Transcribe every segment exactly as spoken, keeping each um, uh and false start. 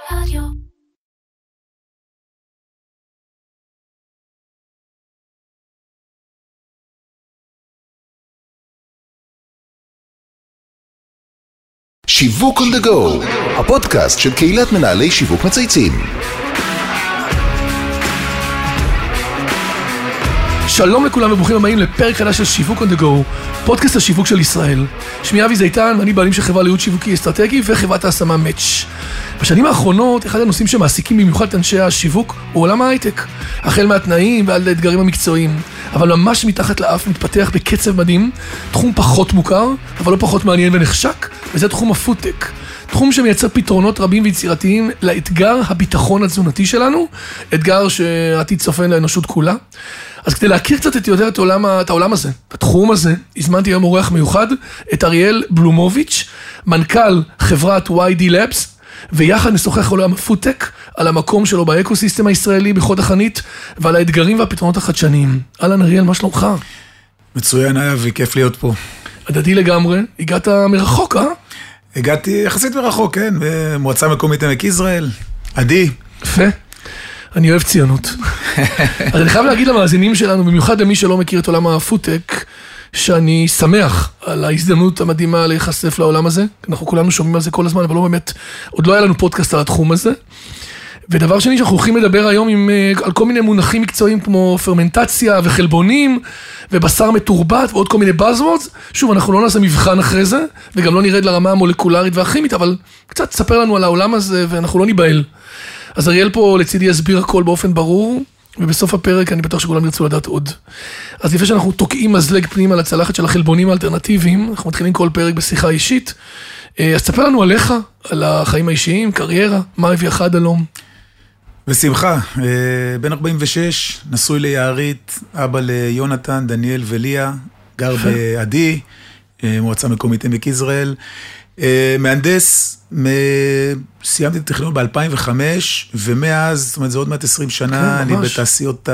רדיו. שיווק on the go, הפודקאסט של קהילת מנהלי שיווק מצייצים. שלום לכולם וברוכים הבאים לפרק חדש של שיווק on the go, פודקאסט השיווק של ישראל. שמי אבי זיתן ואני בעלים של חברה לייעוץ שיווקי אסטרטגי וחברת ההשמה מאץ'. בשנים האחרונות, אחד הנושאים שמעסיקים במיוחד את אנשי השיווק הוא עולם ההייטק. החל מהתנאים ועד לאתגרים המקצועיים. אבל ממש מתחת לאף מתפתח בקצב מדהים, תחום פחות מוכר, אבל לא פחות מעניין ונחשק, וזה תחום הפודטק. תחום שמייצר פתרונות רבים ויצירתיים לאתגר הביטחון התזונתי שלנו, אתגר שעתיד צופן לאנושות כולה. אז כדי להכיר קצת את יותר את העולם, את העולם הזה, את התחום הזה, הזמנתי היום אורח מיוחד, את אריאל בלומוביץ', מנכ"ל חברת וואי די Labs, ויחד נשוחח על עולם הפודטק, על המקום שלו באקוסיסטם הישראלי בחוד החנית, ועל האתגרים והפתרונות החדשניים. אהלן אריאל, מה שלומך? מצוין, אבי, כיף להיות פה. הדדי לגמרי, הגעת מרחוק, אה? הגעתי יחסית מרחוק, כן, במועצה מקומית עמק יזרעאל. עדי. יפה. אני אוהב ציונות. אז אני חייב להגיד למאזינים שלנו, במיוחד למי שלא מכיר את עולם הפודטק, שאני שמח על ההזדמנות המדהימה להיחשף לעולם הזה. אנחנו כולנו שומעים על זה כל הזמן, אבל לא באמת, עוד לא היה לנו פודקאסט על התחום הזה. ודבר שני שאנחנו הולכים לדבר היום עם, על כל מיני מונחים מקצועיים כמו פרמנטציה וחלבונים ובשר מתורבת ועוד כל מיני buzzwords. שוב, אנחנו לא נעשה מבחן אחרי זה, וגם לא נרד לרמה המולקולרית והכימית, אבל קצת תספר לנו על העולם הזה ואנחנו לא ניבהל. אז אריאל פה לצידי יסביר הכל באופן ברור, ובסוף הפרק אני בטוח שכולם ירצו לדעת עוד. אז לפני שאנחנו תוקעים מזלג פנים על הצלחת של החלבונים האלטרנטיביים, אנחנו מתחילים כל פרק בשיחה אישית. אז תספר לנו עליך, על החיים האישיים, קריירה, מה הביאך עד הלום. בשמחה, בן ארבעים ושש, נשוי ליערית, אבא ליונתן, דניאל וליה, גר בעדי, מועצה מקומית עמק יזרעאל. מהנדס, סיימתי את הטכניון ב-אלפיים וחמש, ומאז, זאת אומרת, זה עוד מעט עשרים שנה, אני בתעשיות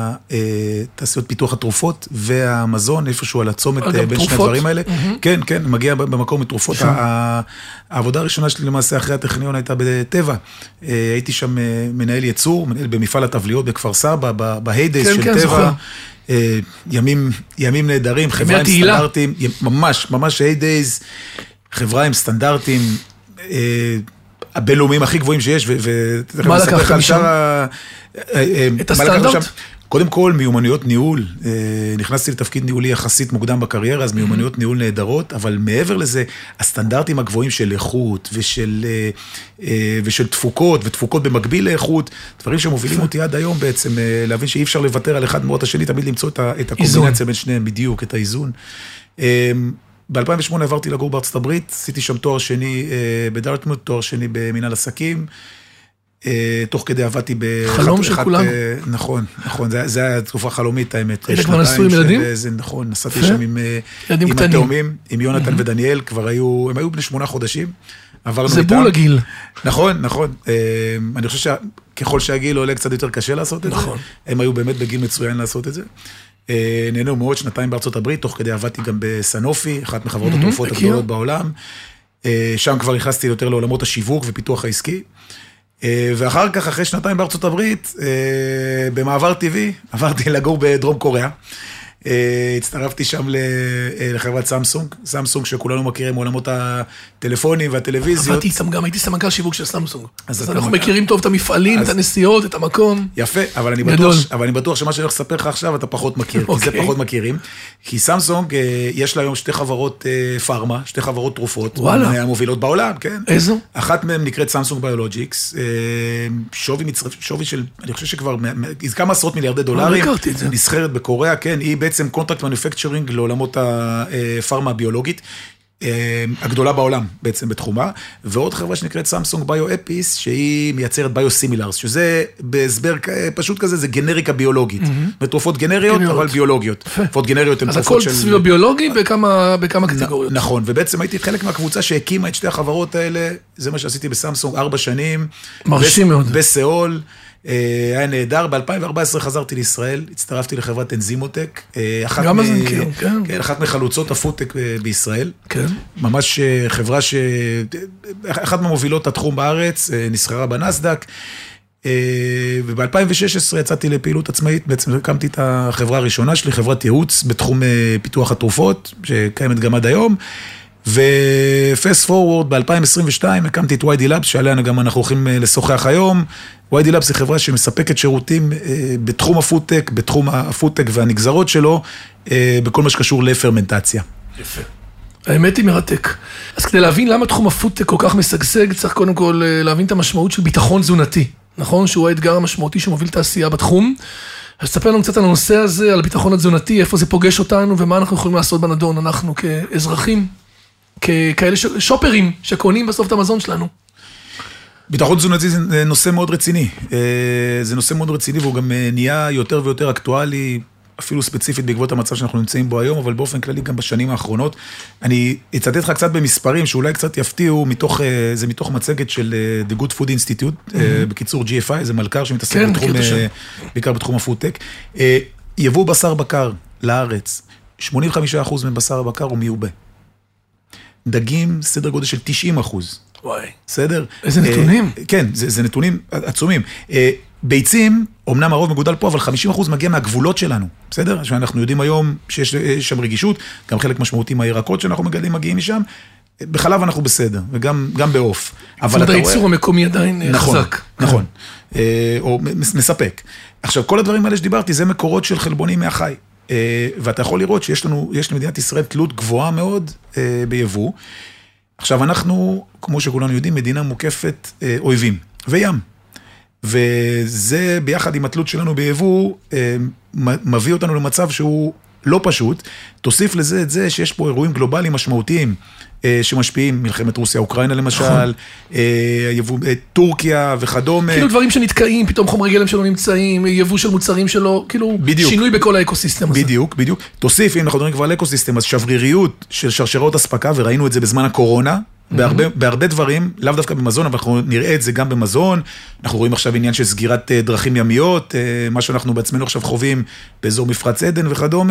פיתוח התרופות והמזון, איפשהו על הצומת בין שני הדברים האלה. כן, כן, מגיע במקום מתרופות. העבודה הראשונה שלי למעשה אחרי הטכניון הייתה בטבע. הייתי שם מנהל ייצור, מנהל במפעל התבליות בכפר סבא, בהיידייז של טבע. ימים נהדרים, חברה עם סטנדרטים, ממש, ממש היידייז. חברה עם סטנדרטים, הבינלאומיים הכי גבוהים שיש, מה לקחת משם? את הסטנדרט? קודם כל, מיומנויות ניהול, נכנסתי לתפקיד ניהולי יחסית מוקדם בקריירה, אז מיומנויות ניהול נהדרות, אבל מעבר לזה, הסטנדרטים הגבוהים של איכות, ושל תפוקות, ותפוקות במקביל לאיכות, דברים שמובילים אותי עד היום בעצם, להבין שאי אפשר לוותר על אחד תמורת השני, תמיד למצוא את הקומבינציה בין שניהם, בדיוק, את האיזון. ב-אלפיים ושמונה עברתי לגור בארצות הברית, עשיתי שם תואר שני בדארטמוט, תואר שני במנהל עסקים, תוך כדי עבדתי ב... חלום של כולנו. נכון, נכון, זה היה תקופה חלומית, האמת. היית כבר נשוי עם ילדים? נכון, נסעתי שם עם התאומים, עם יונתן ודניאל, כבר היו, הם היו בני שמונה חודשים, עברנו איתם. זה בול הגיל. נכון, נכון. אני חושב שככל שהגיל עולה קצת יותר קשה לעשות את זה, הם היו באמת בגיל מצוין לעשות את זה. נהנו מאוד שנתיים בארצות הברית, תוך כדי עבדתי גם בסנופי, אחת מחברות התרופות הגדולות בעולם. שם כבר נכנסתי יותר לעולמות השיווק ופיתוח העסקי. ואחר כך, אחרי שנתיים בארצות הברית, במעבר טבעי, עברתי לגור בדרום קוריאה. הצטרפתי שם לחברת סמסונג, סמסונג שכולנו מכירים מעולמות הטלפונים והטלוויזיות. עבדתי איתם גם, הייתי סמנכ"ל שיווק של סמסונג. אז אנחנו מכירים טוב את המפעלים, את הנסיעות, את המקום. יפה, אבל אני בטוח שמה שאני הולך לספר לך עכשיו אתה פחות מכיר, כי זה פחות מכירים. כי סמסונג יש לה היום שתי חברות פארמה, שתי חברות תרופות, המובילות בעולם, כן? איזו? אחת מהן נקראת סמסונג ביולוג'יקס, שווי של, אני חושב שכבר, כמה עשרות מיליארדי דולרים, נסחרת בקוריאה, כן, היא בעצם קונטרקט מניפקצ'רינג לעולמות הפארמה הביולוגית, הגדולה בעולם בעצם בתחומה, ועוד חברה שנקראת סמסונג ביו-אפיס, שהיא מייצרת ביו-סימילרס, שזה בהסבר פשוט כזה, זה גנריקה ביולוגית. תרופות גנריות, אבל ביולוגיות. תרופות גנריות הן תרופות של... אז הכל סביב הביולוגי בכמה קטגוריות. נכון, ובעצם הייתי חלק מהקבוצה שהקימה את שתי החברות האלה, זה מה שעשיתי בסמסונג ארבע שנים. מרשים מאוד. בסיאול. היה נהדר, ב-אלפיים וארבע עשרה חזרתי לישראל, הצטרפתי לחברת אנזימוטק, גם אז מכיר, כן. כן, אחת מחלוצות הפודטק בישראל. כן. ממש חברה ש... אחת מהמובילות התחום בארץ, נסחרה בנסדק, וב-אלפיים ושש עשרה יצאתי לפעילות עצמאית, בעצם הקמתי את החברה הראשונה שלי, חברת ייעוץ בתחום פיתוח התרופות, שקיימת גם עד היום, ופסט פורוורד ב-אלפיים עשרים ושתיים הקמתי את וואי די Labs, שעליה גם אנחנו הולכים לשוחח היום. וואי די Labs היא חברה שמספקת שירותים בתחום הפודטק, בתחום הפודטק והנגזרות שלו, בכל מה שקשור לפרמנטציה. יפה. האמת היא מרתק. אז כדי להבין למה תחום הפודטק כל כך משגשג, צריך קודם כל להבין את המשמעות של ביטחון תזונתי. נכון? שהוא האתגר המשמעותי שמוביל את העשייה בתחום. אז תספר לנו קצת על הנושא הזה, על הביטחון התזונתי, איפה זה פוגש אותנו, ומה אנחנו יכולים לעשות בנדון, אנחנו כאזרחים, כאלה שופרים, שקונים בסוף את המזון שלנו. ביטחון תזונתי זה נושא מאוד רציני. זה נושא מאוד רציני, והוא גם נהיה יותר ויותר אקטואלי, אפילו ספציפית בעקבות המצב שאנחנו נמצאים בו היום, אבל באופן כללי גם בשנים האחרונות. אני אצטט לך קצת במספרים, שאולי קצת יפתיעו, מתוך, זה מתוך מצגת של The Good Food Institute, בקיצור ג'י אף איי, זה מלכר שמתעסק בתחום, בעיקר בתחום הפודטק. יבוא בשר בקר לארץ, שמונים וחמישה אחוז מבשר הבקר הוא מיובא. דגים, סדר גודל של תשעים אחוז. וואי. בסדר? איזה נתונים? כן, זה, זה נתונים עצומים. ביצים, אמנם הרוב מגודל פה, אבל חמישים אחוז מגיע מהגבולות שלנו, בסדר? שאנחנו יודעים היום שיש שם רגישות, גם חלק משמעותי מהירקות שאנחנו מגדלים מגיעים משם, בחלב אנחנו בסדר, וגם גם בעוף. אבל אתה רואה... הייצור המקומי עדיין נכון, חזק. נכון, או מספק. עכשיו, כל הדברים האלה שדיברתי, זה מקורות של חלבונים מהחי. ואתה יכול לראות שיש לנו, יש למדינת ישראל תלות גבוהה מאוד ביבוא. עכשיו, אנחנו, כמו שכולנו יודעים, מדינה מוקפת אויבים, וים. וזה ביחד עם התלות שלנו ביבוא, מביא אותנו למצב שהוא לא פשוט. תוסיף לזה את זה שיש פה אירועים גלובליים משמעותיים, שמשפיעים, מלחמת רוסיה-אוקראינה למשל, יבוא טורקיה וכדומה. כאילו דברים שנתקעים, פתאום חומרי גלם שלא נמצאים, יבוא של מוצרים שלו, כאילו שינוי בכל האקוסיסטם הזה. בדיוק, בדיוק. תוסיף, אם אנחנו מדברים כבר על אקוסיסטם, אז שבריריות של שרשרות אספקה, וראינו את זה בזמן הקורונה, בהרבה, בהרבה דברים, לאו דווקא במזון, אבל אנחנו נראה את זה גם במזון. אנחנו רואים עכשיו עניין של סגירת דרכים ימיות, מה שאנחנו בעצמנו עכשיו חווים באזור מפרץ עדן וכדומה.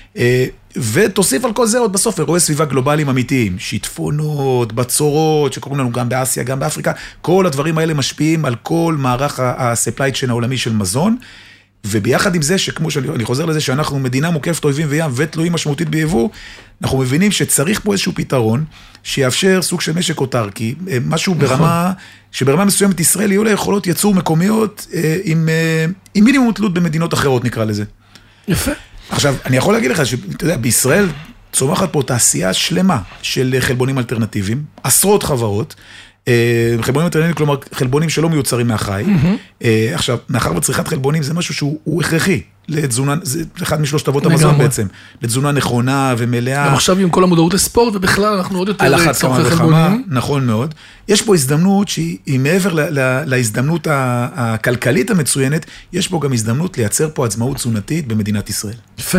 ותוסיף על כל זה עוד בסוף, אירועי סביבה גלובליים אמיתיים, שיטפונות, בצורות, שקוראים לנו גם באסיה, גם באפריקה. כל הדברים האלה משפיעים על כל מערך ה-supply chain העולמי של מזון. וביחד עם זה, שכמו שאני חוזר לזה, שאנחנו מדינה מוקפת אויבים וים ותלויים משמעותית ביבוא, אנחנו מבינים שצריך פה איזשהו פתרון, שיאפשר סוג של משק אוטרקי, משהו ברמה, שברמה מסוימת ישראל יהיו לה יכולות ייצור מקומיות, עם, עם מינימום תלות במדינות אחרות, נקרא לזה. יפה. עכשיו, אני יכול להגיד לך, שאתה יודע, בישראל צומחת פה תעשייה שלמה של חלבונים אלטרנטיביים, עשרות חברות, חלבונים אלטרנטיביים, כלומר, חלבונים שלא מיוצרים מהחי. עכשיו, מאחר וצריכת חלבונים זה משהו שהוא הכרחי, לתזונה, זה אחד משלושת אבות המזון בעצם, לתזונה נכונה ומלאה. גם עכשיו עם כל המודעות לספורט, ובכלל אנחנו עוד יותר צורכי חלבונים. נכון מאוד. יש פה הזדמנות שהיא מעבר להזדמנות הכלכלית המצוינת, יש פה גם הזדמנות לייצר פה עצמאות תזונתית במדינת ישראל. יפה.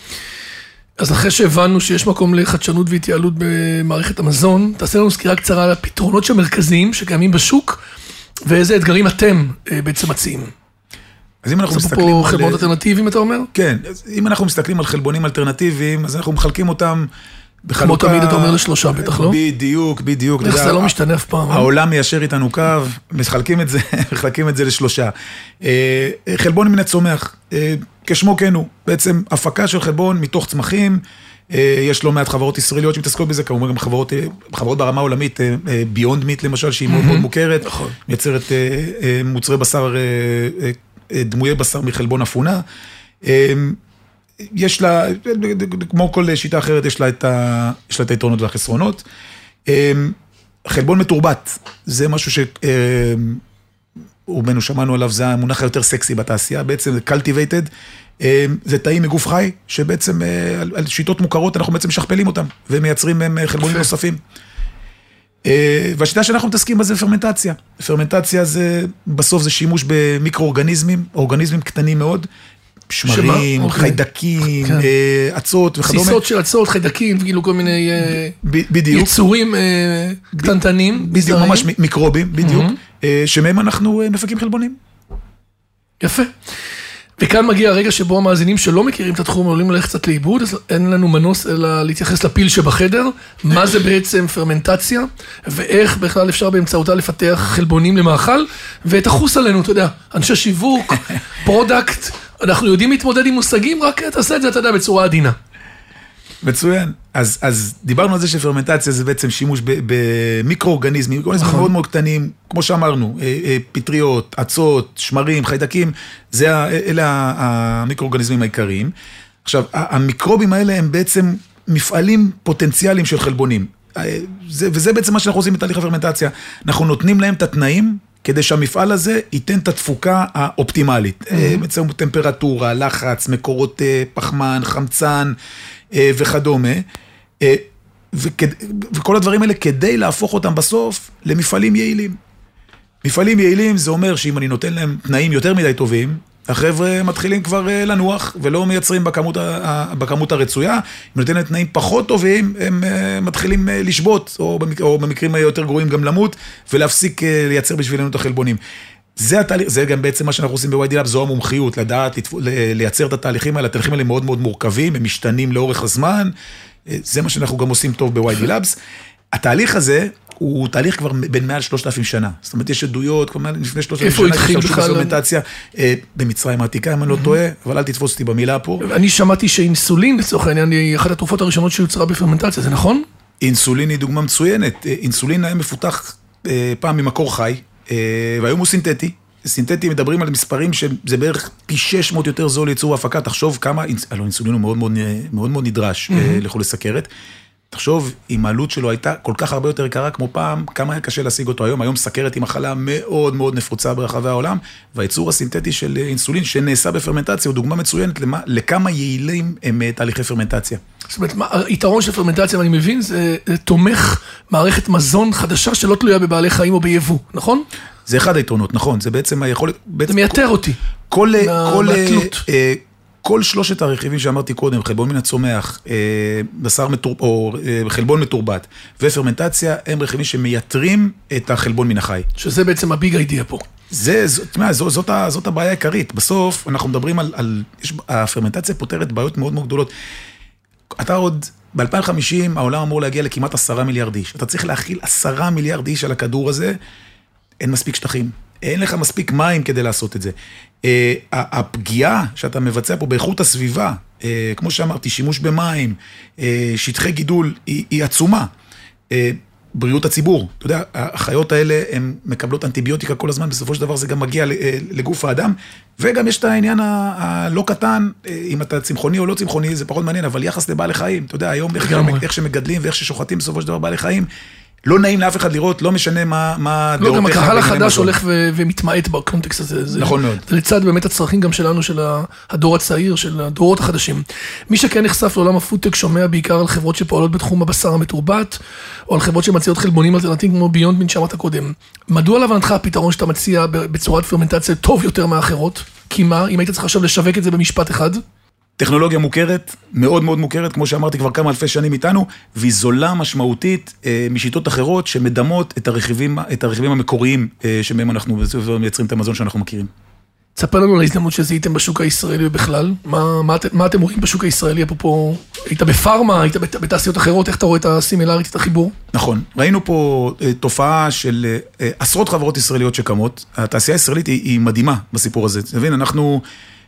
אז אחרי שהבנו שיש מקום לחדשנות והתייעלות במערכת המזון, תעשה לנו סקירה קצרה על הפתרונות המרכזיים שקיימים בשוק, ואיזה אתגרים אתם בעצם מציעים. אז אם אנחנו מסתכלים על... פה חלבונות אלטרנטיביים, אתה אומר? כן, אם אנחנו מסתכלים על חלבונים אלטרנטיביים, אז אנחנו מחלקים אותם בחלוקה... כמו תמיד אתה אומר לשלושה, בטח לא? בדיוק, בדיוק. איך זה לא משתנה אף פעם? העולם מיישר איתנו קו, מחלקים את זה, מחלקים את זה לשלושה. חלבון מן הצומח, כשמו כן הוא, בעצם הפקה של חלבון מתוך צמחים, יש לא מעט חברות ישראליות שמתעסקות בזה, כמובן גם חברות, חברות ברמה עולמית, ביונד מיט למשל, שהיא מאוד מאוד מוכרת, מייצרת מוצרי בשר, דמויי בשר מחלבון אפונה. יש לה, כמו כל שיטה אחרת, יש לה את ה, יש לה את היתרונות והחסרונות. חלבון מתורבת, זה משהו ש... רובנו שמענו עליו, זה המונח היותר סקסי בתעשייה, בעצם זה cultivated, זה תאים מגוף חי, שבעצם על שיטות מוכרות אנחנו בעצם משכפלים אותם, ומייצרים מהם חלבונים נוספים. והשיטה שאנחנו מתעסקים בה זה פרמנטציה. פרמנטציה זה, בסוף זה שימוש במיקרואורגניזמים, אורגניזמים קטנים מאוד, שמרים, חיידקים, עצות וכדומה. סיסות של עצות, חיידקים, וכאילו כל מיני יצורים קטנטנים. בדיוק, ממש מיקרובים, בדיוק, שמהם אנחנו מפקים חלבונים. יפה. וכאן מגיע הרגע שבו המאזינים שלא מכירים את התחום עולים ללכת קצת לאיבוד, אז אין לנו מנוס אלא להתייחס לפיל שבחדר, מה זה בעצם פרמנטציה, ואיך בכלל אפשר באמצעותה לפתח חלבונים למאכל, ותחוס עלינו, אתה יודע, אנשי שיווק, פרודקט, אנחנו יודעים להתמודד עם מושגים, רק תעשה את זה, אתה יודע, בצורה עדינה. מצוין. אז, אז דיברנו על זה שפרמנטציה זה בעצם שימוש במיקרואורגניזמים, מיקרואורגניזמים מאוד מאוד קטנים, כמו שאמרנו, פטריות, עצות, שמרים, חיידקים, זה, אלה המיקרואורגניזמים העיקריים. עכשיו, המיקרובים האלה הם בעצם מפעלים פוטנציאליים של חלבונים. זה, וזה בעצם מה שאנחנו עושים בתהליך הפרמנטציה. אנחנו נותנים להם את התנאים, כדי שהמפעל הזה ייתן את התפוקה האופטימלית. בעצם טמפרטורה, לחץ, מקורות פחמן, חמצן, וכדומה, וכל הדברים האלה כדי להפוך אותם בסוף למפעלים יעילים. מפעלים יעילים זה אומר שאם אני נותן להם תנאים יותר מדי טובים, החבר'ה מתחילים כבר לנוח ולא מייצרים בכמות, בכמות הרצויה. אם נותן להם תנאים פחות טובים, הם מתחילים לשבות, או, במק... או במקרים היותר גרועים גם למות, ולהפסיק לייצר בשבילנו את החלבונים. זה, התהליך, זה גם בעצם מה שאנחנו עושים ב-וואי די Labs, זו המומחיות, לדעת, לייצר את התהליכים האלה, התהליכים האלה מאוד מאוד מורכבים, הם משתנים לאורך הזמן, זה מה שאנחנו גם עושים טוב ב-וואי די Labs. התהליך הזה הוא תהליך כבר בין מעל שלושת אלפים שנה, זאת אומרת יש עדויות, כבר לפני שלושת אלפים שנה, איפה התחיל בכלל? במצרים העתיקה, אם אני לא טועה, אבל אל תתפוס אותי במילה פה. אני שמעתי שאינסולין, לצורך העניין, היא אחת התרופות הראשונות שיוצרה בפרמנטציה, זה נכון? אינסולין היא דוגמה מצוינת, אינסולין היה מפותח פעם ממקור חי, והיום הוא סינתטי, סינתטי מדברים על מספרים שזה בערך פי שש מאות יותר זול לייצור ההפקה, תחשוב כמה, הלוא אינסולין הוא מאוד מאוד, מאוד, מאוד נדרש לחולי סכרת, תחשוב אם העלות שלו הייתה כל כך הרבה יותר יקרה כמו פעם, כמה היה קשה להשיג אותו היום, היום סכרת היא מחלה מאוד מאוד נפוצה ברחבי העולם, והייצור הסינתטי של אינסולין שנעשה בפרמנטציה הוא דוגמה מצוינת למה, לכמה יעילים הם תהליכי פרמנטציה. זאת אומרת, היתרון של פרמנטציה, ואני מבין, זה תומך מערכת מזון חדשה שלא תלויה בבעלי חיים או ביבוא, נכון? זה אחד היתרונות, נכון, זה בעצם היכולת... זה מייתר אותי. כל... מהתלות. כל שלושת הרכיבים שאמרתי קודם, חלבון מן הצומח, בשר מתורבת, או חלבון מתורבת, ופרמנטציה, הם רכיבים שמייתרים את החלבון מן החי. שזה בעצם הביג אידיאה פה. זה, תשמע, זאת, זאת הבעיה העיקרית. בסוף אנחנו מדברים על, על יש, הפרמנטציה פותרת בעיות מאוד מאוד גדולות. אתה עוד, ב-אלפיים וחמישים העולם אמור להגיע לכמעט עשרה מיליארד איש. אתה צריך להכיל עשרה מיליארד איש על הכדור הזה, אין מספיק שטחים. אין לך מספיק מים כדי לעשות את זה. הפגיעה שאתה מבצע פה באיכות הסביבה, כמו שאמרתי, שימוש במים, שטחי גידול, היא עצומה. בריאות הציבור, אתה יודע, החיות האלה הן מקבלות אנטיביוטיקה כל הזמן, בסופו של דבר זה גם מגיע לגוף האדם, וגם יש את העניין הלא קטן, אם אתה צמחוני או לא צמחוני, זה פחות מעניין, אבל יחס לבעלי חיים, אתה יודע, היום איך שמגדלים ואיך ששוחטים בסופו של דבר בעלי חיים, לא נעים לאף אחד לראות, לא משנה מה... לא, גם הקהל החדש הולך ומתמעט בקונטקסט הזה. נכון מאוד. זה לצד באמת הצרכים גם שלנו, של הדור הצעיר, של הדורות החדשים. מי שכן נחשף לעולם הפודטק שומע בעיקר על חברות שפועלות בתחום הבשר המתורבת, או על חברות שמציעות חלבונים אלטרנטיביים כמו ביונד מן שאמרת קודם. מדוע להבנתך הפתרון שאתה מציע בצורת פרמנטציה טוב יותר מהאחרות? כי מה, אם היית צריך עכשיו לשווק את זה במשפט אחד? טכנולוגיה מוכרת, מאוד מאוד מוכרת, כמו שאמרתי כבר כמה אלפי שנים איתנו, והיא זולה משמעותית אה, משיטות אחרות שמדמות את הרכיבים, את הרכיבים המקוריים אה, שמהם אנחנו מייצרים את המזון שאנחנו מכירים. תספר לנו על ההזדמנות שזיהיתם בשוק הישראלי ובכלל, מה, מה, מה אתם רואים בשוק הישראלי? אפרופו, היית בפארמה, היית בתעשיות אחרות, איך אתה רואה את הסימילרית, את החיבור? נכון, ראינו פה אה, תופעה של אה, עשרות חברות ישראליות שקמות, התעשייה הישראלית היא, היא מדהימה בסיפור הזה, תבין, אנחנו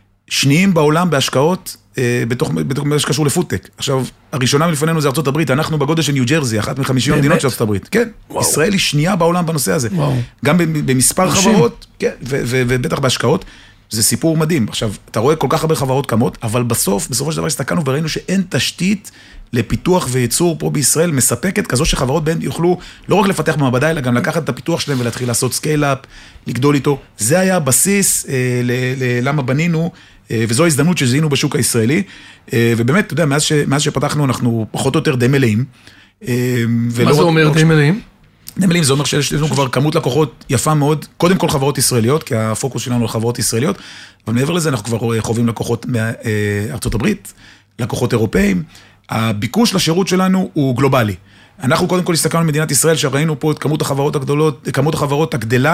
שניים בעולם בהשקעות, בתוך, בתוך מה שקשור לפודטק. עכשיו, הראשונה מלפנינו זה ארצות הברית, אנחנו בגודל של ניו ג'רזי, אחת מחמישים המדינות של ארצות הברית. כן, וואו. ישראל היא שנייה בעולם בנושא הזה. וואו. גם במספר מרשים. חברות, כן, ו- ו- ובטח בהשקעות, זה סיפור מדהים. עכשיו, אתה רואה כל כך הרבה חברות קמות, אבל בסוף, בסופו של דבר הסתכלנו וראינו שאין תשתית לפיתוח וייצור פה בישראל מספקת, כזו שחברות בהן יוכלו לא רק לפתח במעבדה, אלא גם לקחת את הפיתוח שלהם ולהתחיל לעשות סקייל-אפ, לגדול איתו. זה היה הבסיס אה, ל- ל- למה בנינו, וזו ההזדמנות שזיהינו בשוק הישראלי, ובאמת, אתה יודע, מאז, ש, מאז שפתחנו אנחנו פחות או יותר די מלאים. מה זה אומר די מלאים? די מלאים, זה אומר שיש לנו כבר כמות לקוחות יפה מאוד, קודם כל חברות ישראליות, כי הפוקוס שלנו על חברות ישראליות, אבל מעבר לזה אנחנו כבר חווים לקוחות מארצות הברית, לקוחות אירופאים, הביקוש לשירות שלנו הוא גלובלי. אנחנו קודם כל הסתכלנו על מדינת ישראל, שראינו פה את כמות החברות הגדולות, כמות החברות הגדלה,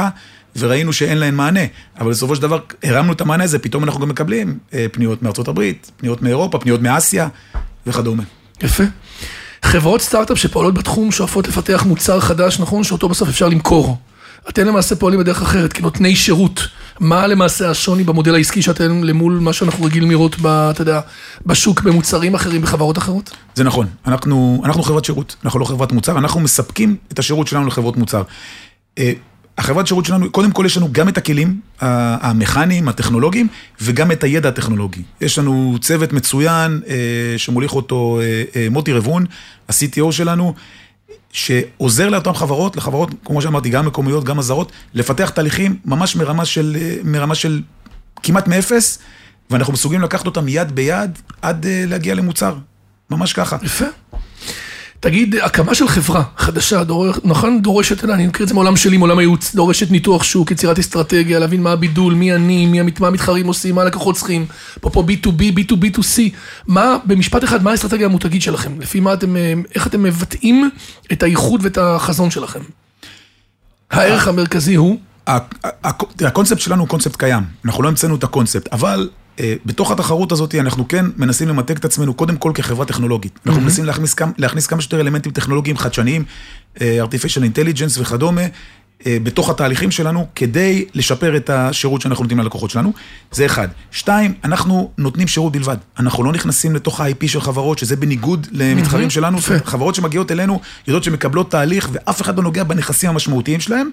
וראינו שאין להן מענה, אבל בסופו של דבר הרמנו את המענה הזה, פתאום אנחנו גם מקבלים פניות מארצות הברית, פניות מאירופה, פניות מאסיה וכדומה. יפה. חברות סטארט-אפ שפועלות בתחום שואפות לפתח מוצר חדש, נכון? שאותו בסוף אפשר למכור. אתם למעשה פועלים בדרך אחרת, כנותני שירות. מה למעשה השוני במודל העסקי שאתם למול מה שאנחנו רגילים לראות ב, אתה יודע, בשוק במוצרים אחרים, בחברות אחרות? זה נכון. אנחנו, אנחנו חברת שירות, אנחנו לא חברת מוצר, אנחנו מספקים את השירות שלנו לחברות מוצר. החברת שירות שלנו, קודם כל יש לנו גם את הכלים המכניים, הטכנולוגיים, וגם את הידע הטכנולוגי. יש לנו צוות מצוין, שמוליך אותו מוטי רבון, ה-סי טי או שלנו, שעוזר לאותן חברות, לחברות, כמו שאמרתי, גם מקומיות, גם הזרות, לפתח תהליכים ממש מרמה של, מרמה של כמעט מאפס, ואנחנו מסוגלים לקחת אותם יד ביד, עד להגיע למוצר. ממש ככה. יפה. תגיד, הקמה של חברה חדשה, דור, נכון, דורשת, אני מכיר את זה מעולם שלי, מעולם הייעוץ, דורשת ניתוח שוק, יצירת אסטרטגיה, להבין מה הבידול, מי אני, מי המתחרים עושים, מה הלקוחות צריכים, פה פה בי טו בי, בי טו בי טו סי, מה, במשפט אחד, מה האסטרטגיה המותגית שלכם? לפי מה אתם, איך אתם מבטאים את הייחוד ואת החזון שלכם? הערך המרכזי הוא? הקונספט שלנו הוא קונספט קיים, אנחנו לא המצאנו את הקונספט, אבל בתוך התחרות הזאת אנחנו כן מנסים למתג את עצמנו קודם כל כחברה טכנולוגית. אנחנו מנסים להכניס כמה שיותר אלמנטים טכנולוגיים חדשניים, artificial intelligence וכדומה, בתוך התהליכים שלנו, כדי לשפר את השירות שאנחנו נותנים ללקוחות שלנו. זה אחד. שתיים, אנחנו נותנים שירות בלבד. אנחנו לא נכנסים לתוך ה-איי פי של חברות, שזה בניגוד למתחרים שלנו. חברות שמגיעות אלינו, יודעות שמקבלות תהליך, ואף אחד לא נוגע בנכסים המשמעותיים שלהם.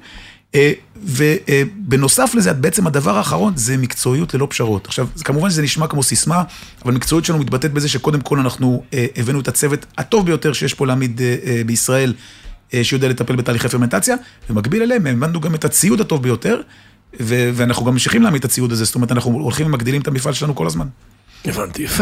ובנוסף לזה, בעצם הדבר האחרון, זה מקצועיות ללא פשרות. עכשיו, כמובן שזה נשמע כמו סיסמה, אבל מקצועיות שלנו מתבטאת בזה שקודם כל אנחנו הבאנו את הצוות הטוב ביותר שיש פה להעמיד בישראל, שיודע לטפל בתהליכי פרמנטציה, ומקביל אליהם, הבנו גם את הציוד הטוב ביותר, ואנחנו גם ממשיכים להעמיד את הציוד הזה, זאת אומרת, אנחנו הולכים ומגדילים את המפעל שלנו כל הזמן. הבנתי, יפה.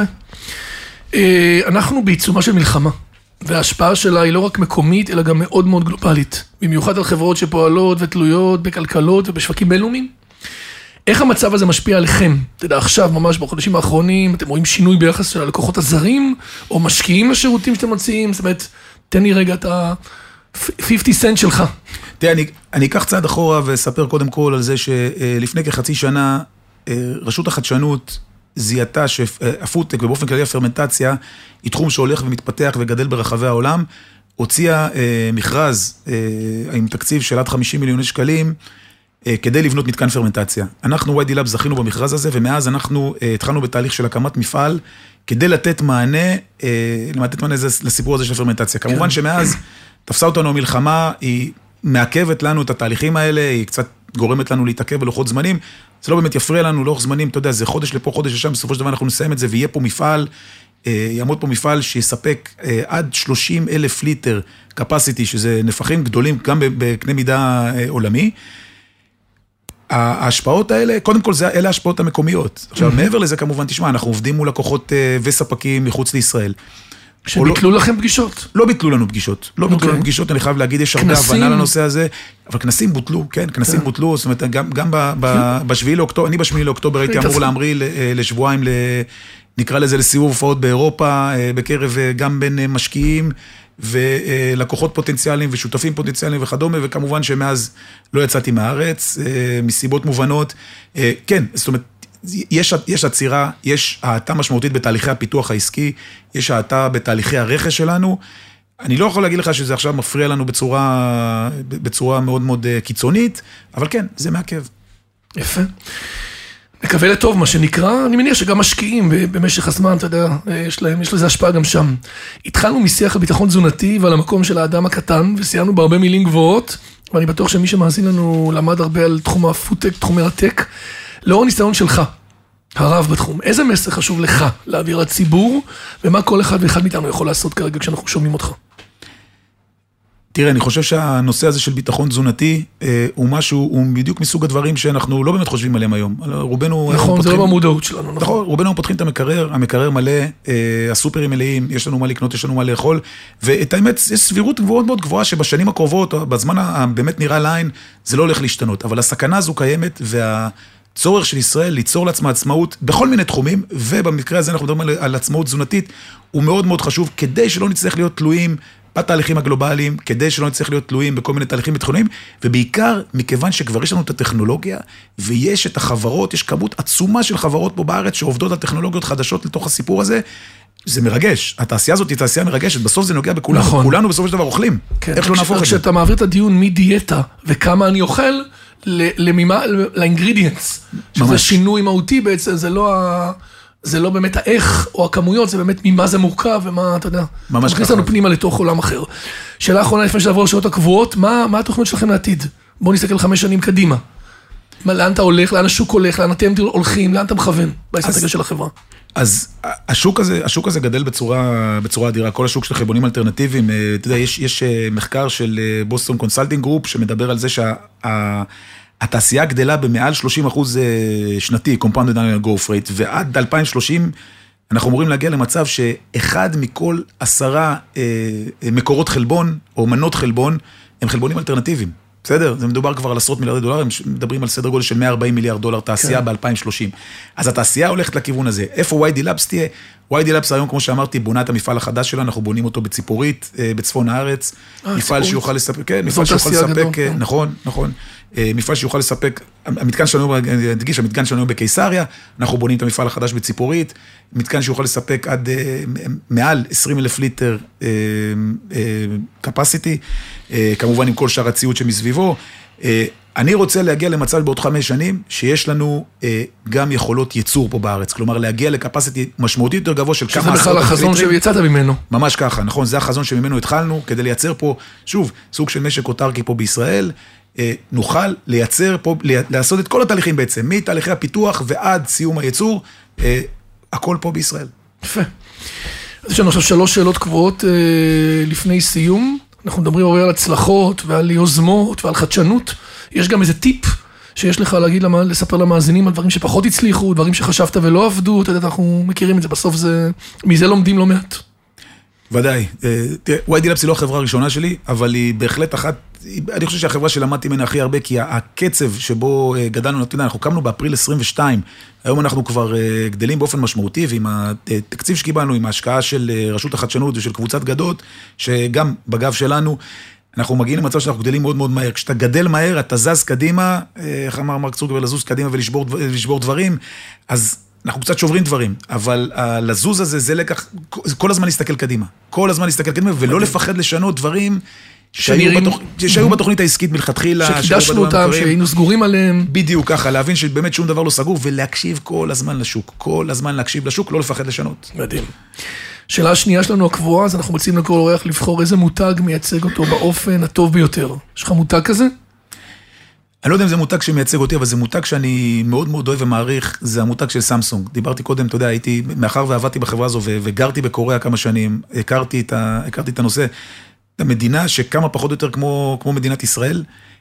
אנחנו בעיצומה של מלחמה. וההשפעה שלה היא לא רק מקומית, אלא גם מאוד מאוד גלובלית. במיוחד על חברות שפועלות ותלויות בכלכלות ובשווקים בינלאומיים. איך המצב הזה משפיע עליכם? אתה יודע, עכשיו, ממש בחודשים האחרונים, אתם רואים שינוי ביחס של הלקוחות הזרים, או משקיעים לשירותים שאתם מציעים? זאת אומרת, תן לי רגע את ה-חמישים סנט שלך. תראה, אני, אני אקח צעד אחורה ואספר קודם כל על זה שלפני כחצי שנה, רשות החדשנות, זיהתה שהפודטק ובאופן כללי הפרמנטציה היא תחום שהולך ומתפתח וגדל ברחבי העולם, הוציאה אה, מכרז אה, עם תקציב של עד חמישים מיליון שקלים אה, כדי לבנות מתקן פרמנטציה. אנחנו וואי די לאב זכינו במכרז הזה, ומאז אנחנו אה, התחלנו בתהליך של הקמת מפעל כדי לתת מענה, אה, לתת מענה לסיפור הזה של הפרמנטציה. כן. כמובן שמאז תפסה אותנו המלחמה, היא מעכבת לנו את התהליכים האלה, היא קצת גורמת לנו להתעכב בלוחות זמנים, זה לא באמת יפריע לנו, לאורך זמנים, אתה יודע, זה חודש לפה, חודש לשם, בסופו של דבר אנחנו נסיים את זה, ויהיה פה מפעל, יעמוד פה מפעל שיספק עד שלושים אלף ליטר capacity, שזה נפחים גדולים, גם בקנה מידה עולמי. ההשפעות האלה, קודם כל, אלה ההשפעות המקומיות. עכשיו, מעבר לזה, כמובן, תשמע, אנחנו עובדים מול לקוחות וספקים מחוץ לישראל. שביטלו לכם פגישות? לא ביטלו לנו פגישות. לא ביטלו לנו פגישות, אני חייב להגיד, יש הרבה הבנה לנושא הזה, אבל כנסים בוטלו, כן, כנסים בוטלו, זאת אומרת, גם בשביעי לאוקטובר, אני בשביעי לאוקטובר הייתי אמור להמריא לשבועיים, נקרא לזה לסיבוב הופעות באירופה, בקרב גם בין משקיעים ולקוחות פוטנציאליים ושותפים פוטנציאליים וכדומה, וכמובן שמאז לא יצאתי מהארץ, מסיבות מובנות. כן, זאת אומרת, יש, יש עצירה, יש האטה משמעותית בתהליכי הפיתוח העסקי, יש האטה בתהליכי הרכש שלנו. אני לא יכול להגיד לך שזה עכשיו מפריע לנו בצורה, בצורה מאוד מאוד קיצונית, אבל כן, זה מעכב. יפה. מקווה לטוב, מה שנקרא, אני מניח שגם משקיעים במשך הזמן, אתה יודע, יש להם, יש לזה השפעה גם שם. התחלנו משיח על ביטחון תזונתי ועל המקום של האדם הקטן, וסיימנו בהרבה מילים גבוהות, ואני בטוח שמי שמאזין לנו למד הרבה על תחום הפודטק, תחומי הטק, לאור הניסיון שלך, הרב בתחום, איזה מסר חשוב לך להעביר לציבור, ומה כל אחד ואחד מאיתנו יכול לעשות כרגע כשאנחנו שומעים אותך? תראה, אני חושב שהנושא הזה של ביטחון תזונתי הוא משהו, הוא בדיוק מסוג הדברים שאנחנו לא באמת חושבים עליהם היום. רובנו... נכון, זה לא במודעות שלנו, נכון. רובנו פותחים את המקרר, המקרר מלא, הסופרים מלאים, יש לנו מה לקנות, יש לנו מה לאכול, ואת האמת, יש סבירות מאוד מאוד גבוהה שבשנים הקרובות, בזמן הבאמת נראה לעין, זה לא הולך להשתנות, אבל הסכנה הזו קיימת, והצורך של ישראל ליצור לעצמה עצמאות בכל מיני תחומים, ובמקרה הזה אנחנו מדברים על עצמאות תזונתית, הוא מאוד מאוד חשוב, כדי שלא נצטרך להיות תלויים בתהליכים הגלובליים, כדי שלא נצטרך להיות תלויים בכל מיני תהליכים ביטחוניים, ובעיקר מכיוון שכבר יש לנו את הטכנולוגיה, ויש את החברות, יש כמות עצומה של חברות פה בארץ, שעובדות על טכנולוגיות חדשות לתוך הסיפור הזה, זה מרגש. התעשייה הזאת היא תעשייה מרגשת, בסוף זה נוגע בכולנו, נכון. כולנו בסופו של דבר אוכלים. כן. איך לא נהפוך את זה? כשאתה מעביר את הדיון מדיאטה, וכמה אני אוכל, למימה, לאינגרידיאנס, שזה שינוי מהותי בעצם, זה לא ה... זה לא באמת האיך או הכמויות, זה באמת ממה זה מורכב ומה, אתה יודע. ממש ככה. מכניס לנו פנימה לתוך עולם אחר. שאלה האחרונה לפני שנעבור לשעות הקבועות, מה, מה התוכניות שלכם לעתיד? בואו נסתכל חמש שנים קדימה. לאן אתה הולך, לאן השוק הולך, לאן אתם הולכים, לאן אתה מכוון באסטרטגיה של החברה? אז השוק הזה, השוק הזה גדל בצורה, בצורה אדירה. כל השוק של חשבונים אלטרנטיביים, אתה יודע, יש, יש מחקר של בוסטון קונסלטינג גרופ, שמדבר על זה שה... התעשייה גדלה במעל שלושים אחוז שנתי, compounded annual growth rate, ועד אלפיים ושלושים אנחנו אמורים להגיע למצב שאחד מכל עשרה מקורות חלבון, או מנות חלבון, הם חלבונים אלטרנטיביים. בסדר? זה מדובר כבר על עשרות מיליארדי דולרים, מדברים על סדר גודל של מאה וארבעים מיליארד דולר תעשייה כן. ב-אלפיים ושלושים. אז התעשייה הולכת לכיוון הזה. איפה וואי די Labs תהיה? וואי די Labs היום, כמו שאמרתי, בונה את המפעל החדש שלה, אנחנו בונים אותו בציפורית, בצפון הארץ. אה, מפעל שיוכל לספק, כן, מפעל שיוכל לספק, נכון, נכון. מפעל שיוכל לספק, המתקן שלנו, אני אדגיש, המתקן שלנו בקיסריה, אנחנו בונים את המפעל החדש בציפורית, מתקן שיוכל לספק עד מעל עשרים אלף ליטר capacity, כמובן עם כל שאר הציוד שמסביבו. אני רוצה להגיע למצב בעוד חמש שנים, שיש לנו גם יכולות ייצור פה בארץ, כלומר להגיע לקפסיטי משמעותית יותר גבוה של כמה... שזה בכלל החזון שיצאת ממנו. ממש ככה, נכון, זה החזון שממנו התחלנו, כדי לייצר פה, שוב, סוג של משק אוטרקי פה בישראל, נוכל לייצר פה, לעשות את כל התהליכים בעצם, מתהליכי הפיתוח ועד סיום הייצור, הכל פה בישראל. יפה. אז יש לנו עכשיו שלוש שאלות קבועות לפני סיום, אנחנו מדברים הרבה על הצלחות ועל יוזמות ועל חדשנות, יש גם איזה טיפ שיש לך להגיד, לספר למאזינים על דברים שפחות הצליחו, דברים שחשבת ולא עבדו, אתה יודע, אנחנו מכירים את זה, בסוף זה, מזה לומדים לא מעט. ודאי, וואי די Labs היא לא החברה הראשונה שלי, אבל היא בהחלט אחת, אני חושב שהחברה שלמדתי ממנה הכי הרבה, כי הקצב שבו גדלנו, אנחנו קמנו באפריל עשרים ושתיים, היום אנחנו כבר גדלים באופן משמעותי, ועם התקציב שקיבלנו, עם ההשקעה של רשות החדשנות ושל קבוצת גדות, שגם בגב שלנו, אנחנו מגיעים למצב שאנחנו גדלים מאוד מאוד מהר. כשאתה גדל מהר, אתה זז קדימה, איך אמר מרק צוקרברג, לזוז קדימה ולשבור דברים, אז אנחנו קצת שוברים דברים, אבל לזוז הזה, זה לקח, כל הזמן להסתכל קדימה. כל הזמן להסתכל קדימה, ולא לפחד לשנות דברים שהיו בתוכנית העסקית מלכתחילה. שקידשנו אותם, שהיינו סגורים עליהם. בדיוק ככה, להבין שבאמת שום דבר לא סגור, ולהקשיב כל הזמן לשוק. כל הזמן להקשיב לשוק, לא לפחד לשנות. מדהים. שאלה השנייה שלנו הקבועה, אז אנחנו מציעים לכל אורח לבחור איזה מותג מייצג אותו באופן הטוב ביותר. יש לך מותג כזה? אני לא יודע אם זה מותג שמייצג אותי, אבל זה מותג שאני מאוד מאוד אוהב ומעריך, זה המותג של סמסונג. דיברתי קודם, אתה יודע, הייתי, מאחר ועבדתי בחברה הזו, וגרתי בקוריאה כמה שנים, הכרתי את, ה, הכרתי את הנושא, המדינה שקמה פחות או יותר כמו, כמו מדינת ישראל,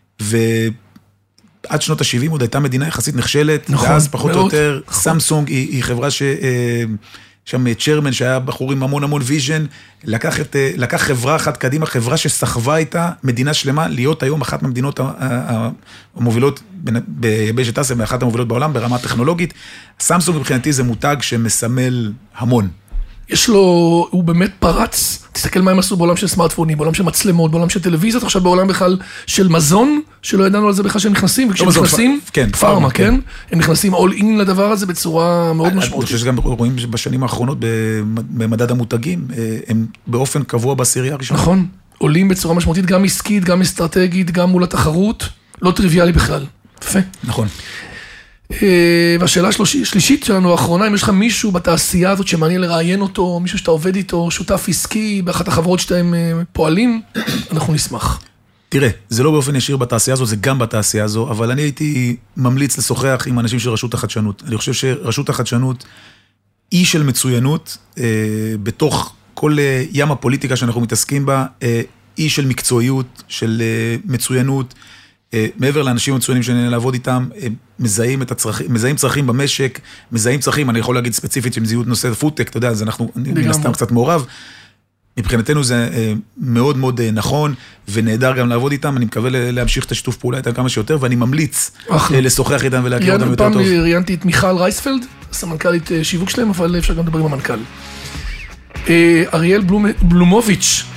ועד שנות ה-שבעים עוד הייתה מדינה יחסית נכשלת, נכון, ואז פחות מאוד, או יותר, נכון. סמסונג היא, היא חברה ש... שם צ'רמן שהיה בחור עם המון המון ויז'ן, לקח, את, לקח חברה אחת קדימה, חברה שסחבה איתה מדינה שלמה, להיות היום אחת מהמדינות המובילות ביבשת אסיה, ואחת המובילות בעולם ברמה טכנולוגית. סמסונג מבחינתי זה מותג שמסמל המון. יש לו, הוא באמת פרץ, תסתכל מה הם עשו בעולם של סמארטפונים, בעולם של מצלמות, בעולם של טלוויזיות, עכשיו בעולם בכלל של מזון, שלא ידענו על זה בכלל שהם נכנסים, וכשהם נכנסים, פארמה, כן? הם נכנסים all in לדבר הזה בצורה מאוד משמעותית. אני חושב שגם רואים בשנים האחרונות, במדד המותגים, הם באופן קבוע בעשירייה הראשונה. נכון, עולים בצורה משמעותית, גם עסקית, גם אסטרטגית, גם מול התחרות, לא טריוויאלי בכלל. יפה. נכון. והשאלה השלישית שלנו האחרונה, אם יש לך מישהו בתעשייה הזאת שמעניין לראיין אותו, מישהו שאתה עובד איתו, שותף עסקי, באחת החברות שאתם פועלים, אנחנו נשמח. תראה, זה לא באופן ישיר בתעשייה הזו, זה גם בתעשייה הזו, אבל אני הייתי ממליץ לשוחח עם אנשים של רשות החדשנות. אני חושב שרשות החדשנות היא של מצוינות, בתוך כל ים הפוליטיקה שאנחנו מתעסקים בה, היא של מקצועיות, של מצוינות, מעבר לאנשים מצוינים שאני לעבוד איתם, מזהים את הצרכים, מזהים צרכים במשק, מזהים צרכים, אני יכול להגיד ספציפית שהם זיהו נושא פודטק, אתה יודע, אז אנחנו מן הסתם קצת מעורב. מבחינתנו זה מאוד מאוד נכון, ונהדר גם לעבוד איתם, אני מקווה להמשיך את השיתוף פעולה איתם כמה שיותר, ואני ממליץ לשוחח איתם ולהכיר אותם יותר טוב. פעם ראיינתי את מיכל רייספלד, סמנכ"לית שיווק שלהם, אבל אפשר גם לדבר עם המנכ"ל. אריאל בלומוביץ',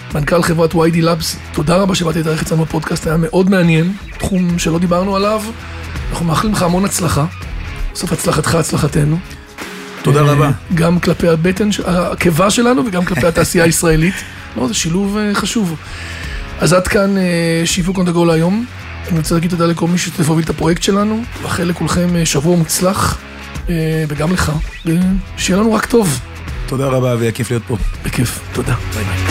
מנכ"ל חברת וואי די Labs, תודה רבה שבאת להתארח אצלנו בפודקאסט, היה מאוד מעניין, תחום שלא דיברנו עליו, אנחנו מאחלים לך המון הצלחה, בסוף הצלחתך, הצלחתנו. תודה רבה. גם כלפי הבטן, הקיבה שלנו וגם כלפי התעשייה הישראלית. לא, זה שילוב חשוב. אז עד כאן שיווק on the go להיום. אני רוצה להגיד תודה לכל מי שתף הוביל את הפרויקט שלנו, ואחרי לכולכם שבוע מוצלח, וגם לך, שיהיה לנו רק טוב. תודה רבה, והיה כיף להיות פה. בכיף, תודה. ביי ביי.